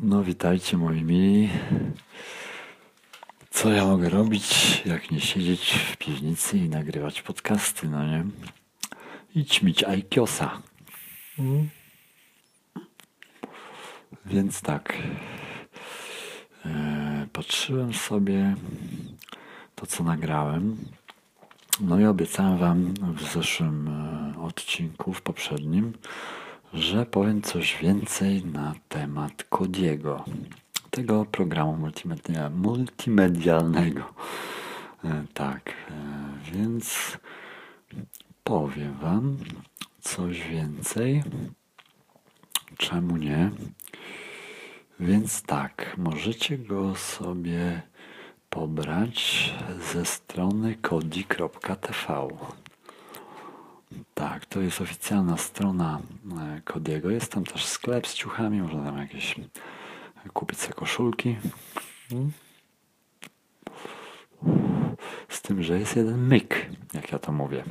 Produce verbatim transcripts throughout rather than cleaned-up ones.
No witajcie moi mili. Co ja mogę robić, jak nie siedzieć w piwnicy i nagrywać podcasty, no nie? I ćmić Aikiosa. Mm. Więc tak, e, patrzyłem sobie to, co nagrałem. No i obiecałem wam w zeszłym e, odcinku, w poprzednim, że powiem coś więcej na temat Kodiego, tego programu multimedia, multimedialnego. E, tak, e, więc powiem wam coś więcej. Czemu nie? Więc tak, możecie go sobie pobrać ze strony kodi kropka t v. Tak, to jest oficjalna strona Kodiego. Jest tam też sklep z ciuchami, można tam jakieś kupić sobie koszulki. Z tym, że jest jeden myk, jak ja to mówię.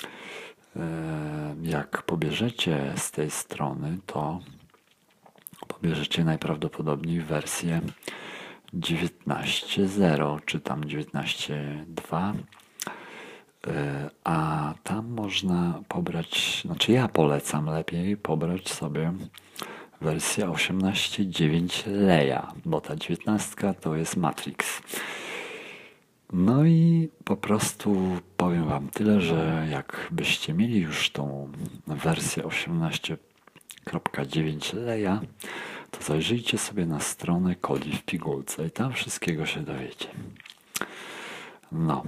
Jak pobierzecie z tej strony, to pobierzecie najprawdopodobniej wersję dziewiętnaście zero, czy tam dziewiętnaście dwa, a tam można pobrać, znaczy ja polecam lepiej pobrać sobie wersję osiemnaście dziewięć Leia, bo ta dziewiętnastka to jest Matrix. No i po prostu powiem wam tyle, że jakbyście mieli już tą wersję osiemnaście dziewięć Leia, to zajrzyjcie sobie na stronę Kodi w pigułce i tam wszystkiego się dowiecie. No.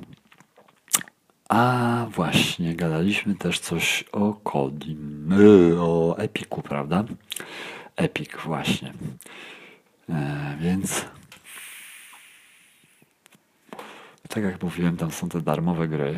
A właśnie, gadaliśmy też coś o Kodim, yy, o Epiku, prawda? Epic właśnie. E, więc tak jak mówiłem, tam są te darmowe gry.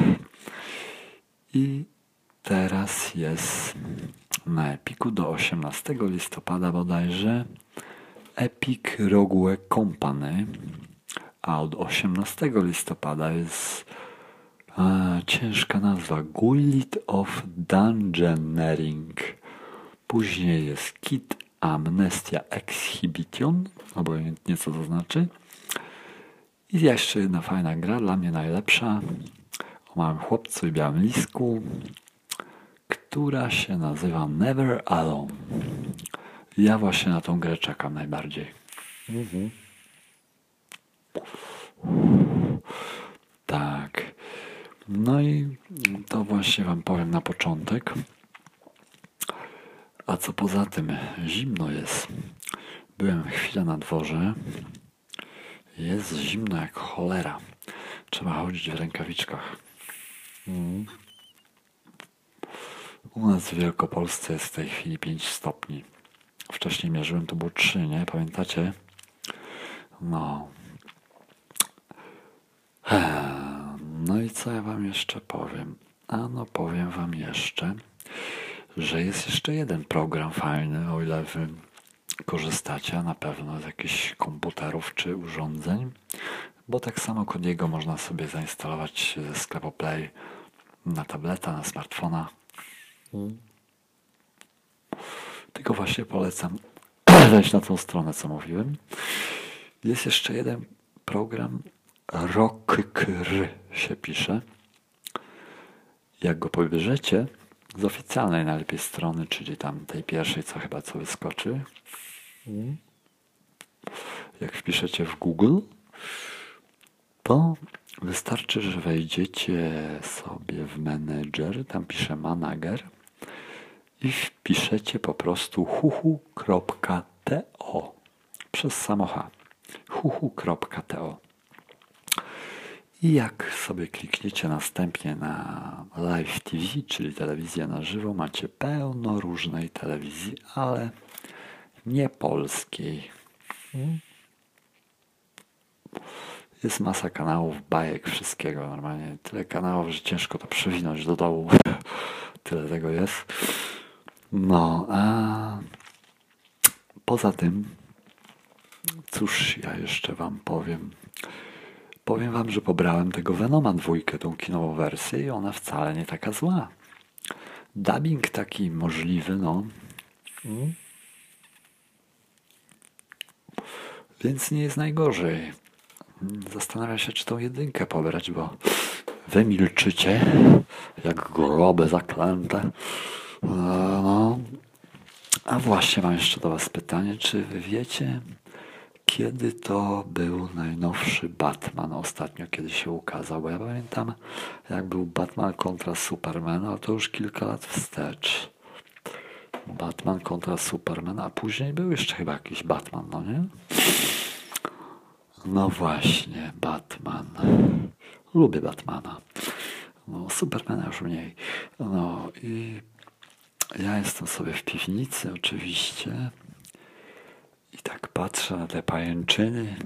I teraz jest na Epiku do osiemnastego listopada bodajże Epic Rogue Company, a od osiemnastego listopada jest a, ciężka nazwa Guild of Dungeoneering. Później jest Kit Amnestia Exhibition, obojętnie co to znaczy. I jeszcze jedna fajna gra, dla mnie najlepsza, o małym chłopcu i białym lisku, która się nazywa Never Alone. Ja właśnie na tą grę czekam najbardziej. Mhm. Tak. No i to właśnie wam powiem na początek. A co poza tym, zimno jest. Byłem chwilę na dworze. Jest zimno jak cholera. Trzeba chodzić w rękawiczkach. Mm. U nas w Wielkopolsce jest w tej chwili pięć stopni. Wcześniej mierzyłem, to było trzy, nie? Pamiętacie? No. No i co ja wam jeszcze powiem? A no powiem wam jeszcze, że jest jeszcze jeden program fajny, o ile wy korzystacie na pewno z jakichś komputerów czy urządzeń, bo tak samo Kodiego można sobie zainstalować ze sklepu Play na tableta, na smartfona. Hmm. Tylko właśnie polecam wejść na tą stronę, co mówiłem. Jest jeszcze jeden program, Rokkr się pisze. Jak go pobierzecie z oficjalnej najlepiej strony, czyli tam tej pierwszej, co chyba co wyskoczy, jak wpiszecie w Google, to wystarczy, że wejdziecie sobie w menedżer, tam pisze manager i wpiszecie po prostu huhu kropka to przez samo H. huhu kropka to. I jak sobie klikniecie następnie na Live T V, czyli telewizję na żywo, macie pełno różnej telewizji, ale nie polskiej. Jest masa kanałów, bajek, wszystkiego. Normalnie tyle kanałów, że ciężko to przewinąć do dołu. Tyle tego jest. No, a poza tym, cóż ja jeszcze wam powiem. Powiem wam, że pobrałem tego Venoma dwójkę, tą kinową wersję i ona wcale nie taka zła. Dubbing taki możliwy, no. Więc nie jest najgorzej. Zastanawiam się, czy tą jedynkę pobrać, bo wy milczycie, jak groby zaklęte. No. A właśnie mam jeszcze do was pytanie, czy wy wiecie, kiedy to był najnowszy Batman ostatnio, kiedy się ukazał? Bo ja pamiętam, jak był Batman kontra Superman, ale to już kilka lat wstecz. Batman kontra Superman, a później był jeszcze chyba jakiś Batman, no nie? No właśnie, Batman. Lubię Batmana. No, Supermana już mniej. No i ja jestem sobie w piwnicy oczywiście i tak patrzę na te pajęczyny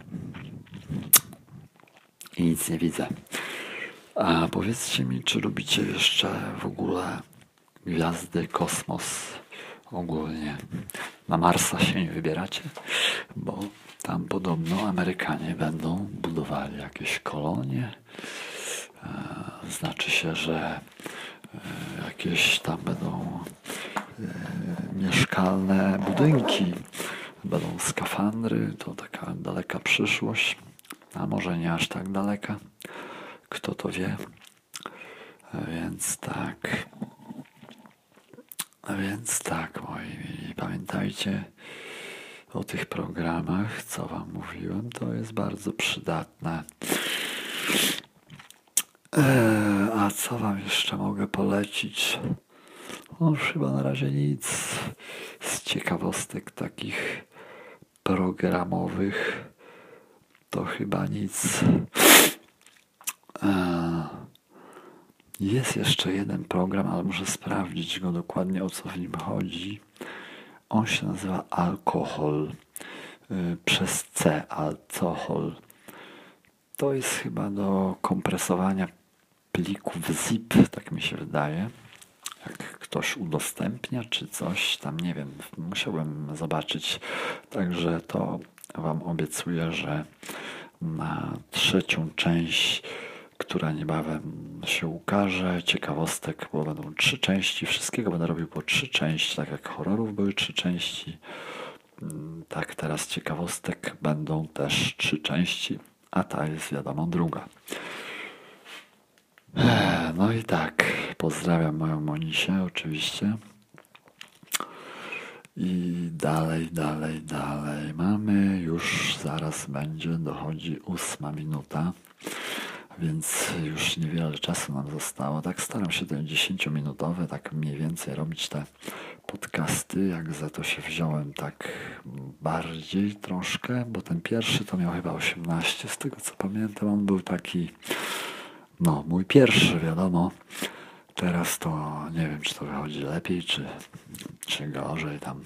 i nic nie widzę. A powiedzcie mi, czy lubicie jeszcze w ogóle gwiazdy, kosmos ogólnie? Na Marsa się nie wybieracie? Bo tam podobno Amerykanie będą budowali jakieś kolonie. Znaczy się, że jakieś tam będą mieszkalne budynki, będą skafandry, to taka daleka przyszłość, a może nie aż tak daleka, kto to wie. Więc tak, więc tak, moi mili, pamiętajcie o tych programach, co wam mówiłem, to jest bardzo przydatne. Eee, a co wam jeszcze mogę polecić? No już chyba na razie nic z ciekawostek takich programowych. To chyba nic. Eee, jest jeszcze jeden program, ale muszę sprawdzić go dokładnie, o co w nim chodzi. On się nazywa Alkohol. Yy, przez C, Alcohol. To jest chyba do kompresowania plików zip, tak mi się wydaje. Jak ktoś udostępnia czy coś, tam nie wiem, musiałbym zobaczyć. Także to wam obiecuję, że na trzecią część, która niebawem się ukaże, ciekawostek, bo będą trzy części, wszystkiego będę robił po trzy części, tak jak horrorów były trzy części, tak teraz ciekawostek będą też trzy części, a ta jest wiadomo druga. No i tak, pozdrawiam moją Monisię oczywiście. I dalej, dalej, dalej. Mamy już, zaraz będzie, dochodzi ósma minuta, więc już niewiele czasu nam zostało. Tak staram się te dziesięciominutowe, tak mniej więcej robić te podcasty, jak za to się wziąłem tak bardziej troszkę, bo ten pierwszy to miał chyba osiemnaście, z tego co pamiętam, on był taki, no mój pierwszy, wiadomo. Teraz to nie wiem, czy to wychodzi lepiej, czy, czy gorzej tam.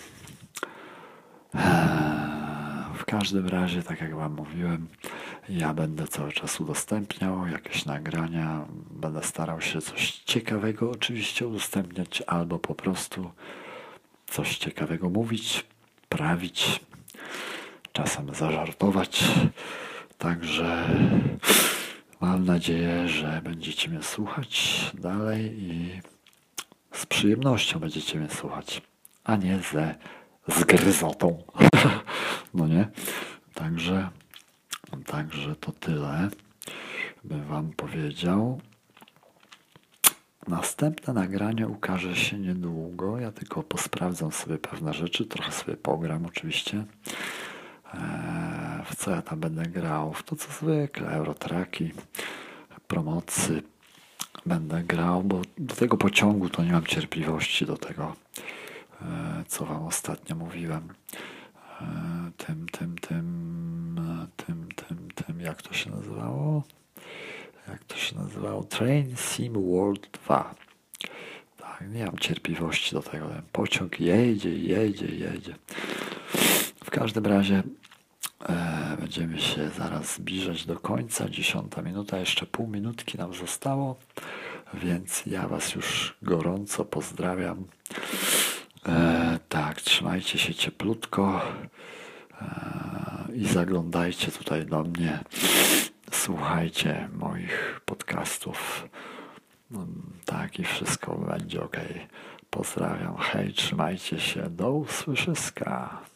W każdym razie, tak jak wam mówiłem, ja będę cały czas udostępniał jakieś nagrania, będę starał się coś ciekawego oczywiście udostępniać, albo po prostu coś ciekawego mówić, prawić, czasem zażartować. Także mam nadzieję, że będziecie mnie słuchać dalej i z przyjemnością będziecie mnie słuchać, a nie ze zgryzotą. No nie? Także, także to tyle bym wam powiedział. Następne nagranie ukaże się niedługo. Ja tylko posprawdzam sobie pewne rzeczy, trochę sobie pogram oczywiście. W co ja tam będę grał? W to co zwykle, Eurotraki, promocy będę grał, bo do tego pociągu to nie mam cierpliwości do tego, co wam ostatnio mówiłem. Tym, tym, tym, tym, tym, tym, jak to się nazywało? Jak to się nazywało? Train Sim World dwa. Tak, nie mam cierpliwości do tego. Ten pociąg jedzie, jedzie, jedzie. W każdym razie e, będziemy się zaraz zbliżać do końca. Dziesiąta minuta, jeszcze pół minutki nam zostało, więc ja was już gorąco pozdrawiam. E, tak, trzymajcie się cieplutko e, i zaglądajcie tutaj do mnie. Słuchajcie moich podcastów. No, tak i wszystko będzie ok. Pozdrawiam. Hej, trzymajcie się. Do usłyszyska.